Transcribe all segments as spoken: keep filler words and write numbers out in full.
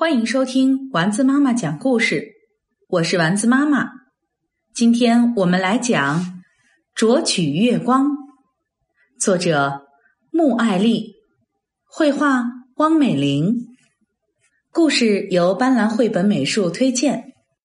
欢迎收听丸子妈妈讲故事，我是丸子妈妈。今天我们来讲《斫取月光》，作者穆爱丽，绘画汪美玲，故事由斑斓绘本美术推荐。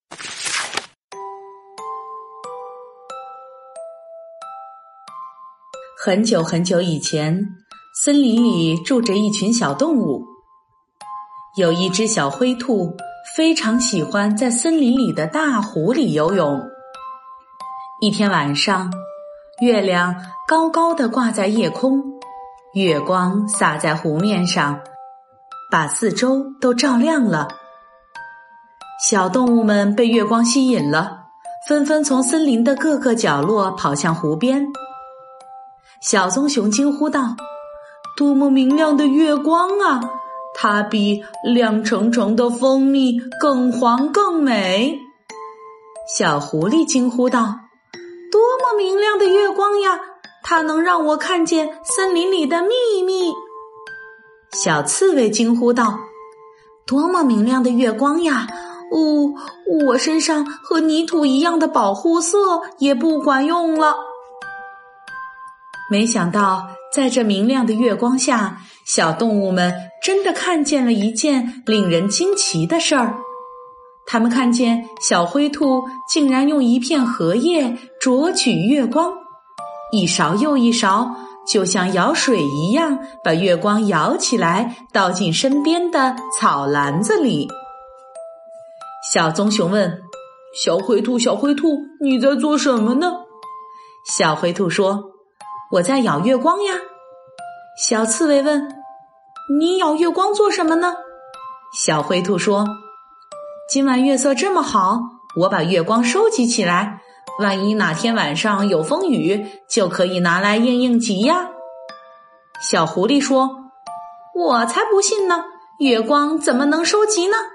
很久很久以前，森林里住着一群小动物。有一只小灰兔非常喜欢在森林里的大湖里游泳。一天晚上，月亮高高地挂在夜空，月光洒在湖面上，把四周都照亮了。小动物们被月光吸引了，纷纷从森林的各个角落跑向湖边。小棕熊惊呼道：“多么明亮的月光啊！它比亮澄澄的蜂蜜更黄更美。”小狐狸惊呼道：“多么明亮的月光呀！它能让我看见森林里的秘密。”小刺猬惊呼道：“多么明亮的月光呀！哦，我身上和泥土一样的保护色也不管用了。”没想到在这明亮的月光下，小动物们真的看见了一件令人惊奇的事儿。他们看见小灰兔竟然用一片荷叶斫取月光，一勺又一勺，就像舀水一样，把月光舀起来，倒进身边的草篮子里。小棕熊问：“小灰兔，小灰兔，你在做什么呢？”小灰兔说：“我在舀月光呀。”小刺猬问：“你舀月光做什么呢？”小灰兔说：“今晚月色这么好，我把月光收集起来，万一哪天晚上有风雨，就可以拿来应应急呀。”小狐狸说：“我才不信呢，月光怎么能收集呢？”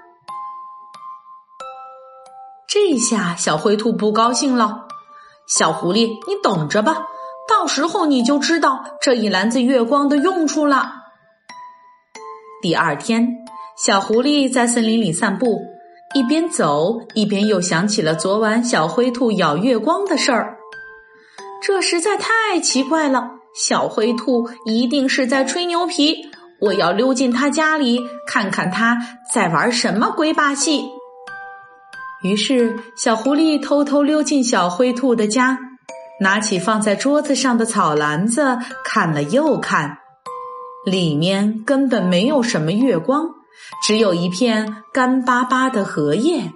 这下小灰兔不高兴了：“小狐狸，你等着吧，到时候你就知道这一篮子月光的用处了。”第二天，小狐狸在森林里散步，一边走一边又想起了昨晚小灰兔舀月光的事儿。这实在太奇怪了，小灰兔一定是在吹牛皮，我要溜进他家里，看看他在玩什么鬼把戏。于是小狐狸偷偷溜进小灰兔的家，拿起放在桌子上的草篮子看了又看，里面根本没有什么月光，只有一片干巴巴的荷叶。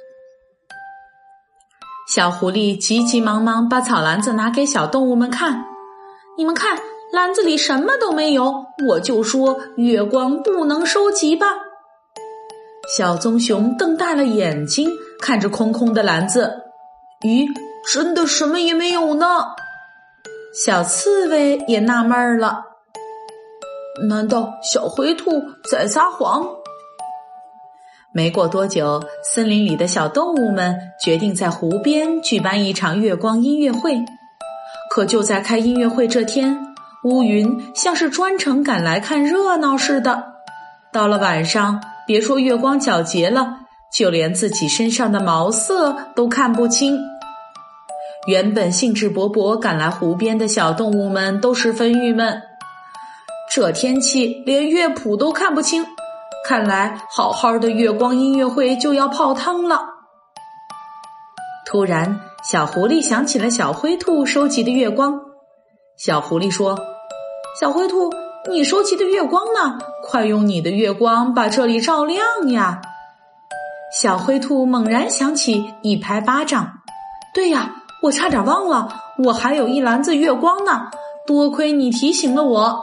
小狐狸急急忙忙把草篮子拿给小动物们看：“你们看，篮子里什么都没有，我就说月光不能收集吧。”小棕熊瞪大了眼睛看着空空的篮子：“咦，真的什么也没有呢。”小刺猬也纳闷了：“难道小灰兔在撒谎？”没过多久，森林里的小动物们决定在湖边举办一场月光音乐会。可就在开音乐会这天，乌云像是专程赶来看热闹似的。到了晚上，别说月光皎洁了，就连自己身上的毛色都看不清。原本兴致勃勃赶来湖边的小动物们都十分郁闷，这天气连乐谱都看不清，看来好好的月光音乐会就要泡汤了。突然，小狐狸想起了小灰兔收集的月光。小狐狸说：“小灰兔，你收集的月光呢？快用你的月光把这里照亮呀！”小灰兔猛然想起，一拍巴掌：“对呀，我差点忘了，我还有一篮子月光呢，多亏你提醒了我。”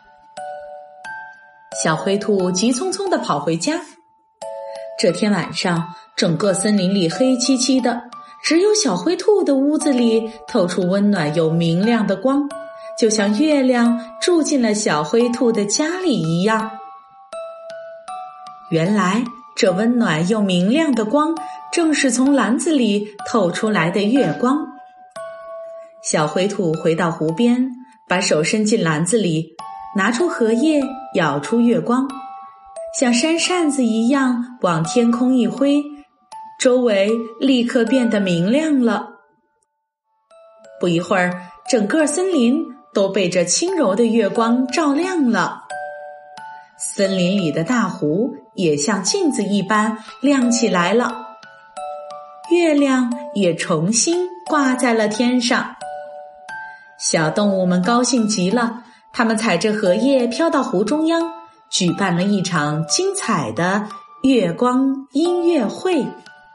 小灰兔急匆匆地跑回家。这天晚上，整个森林里黑漆漆的，只有小灰兔的屋子里透出温暖又明亮的光，就像月亮住进了小灰兔的家里一样。原来这温暖又明亮的光正是从篮子里透出来的月光。小灰兔回到湖边，把手伸进篮子里，拿出荷叶，舀出月光， 像扇扇子一样往天空一挥，周围立刻变得明亮了。不一会儿，整个森林都被这轻柔的月光照亮了。森林里的大湖也像镜子一般亮起来了，月亮也重新挂在了天上。小动物们高兴极了，它们踩着荷叶飘到湖中央，举办了一场精彩的月光音乐会。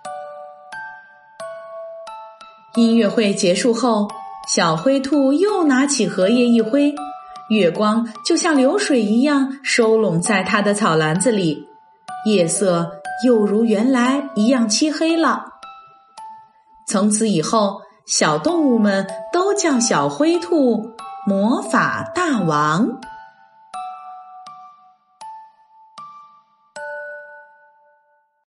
音乐会结束后，小灰兔又拿起荷叶一挥，月光就像流水一样收拢在它的草篮子里，夜色又如原来一样漆黑了。从此以后，小动物们都叫小灰兔魔法大王。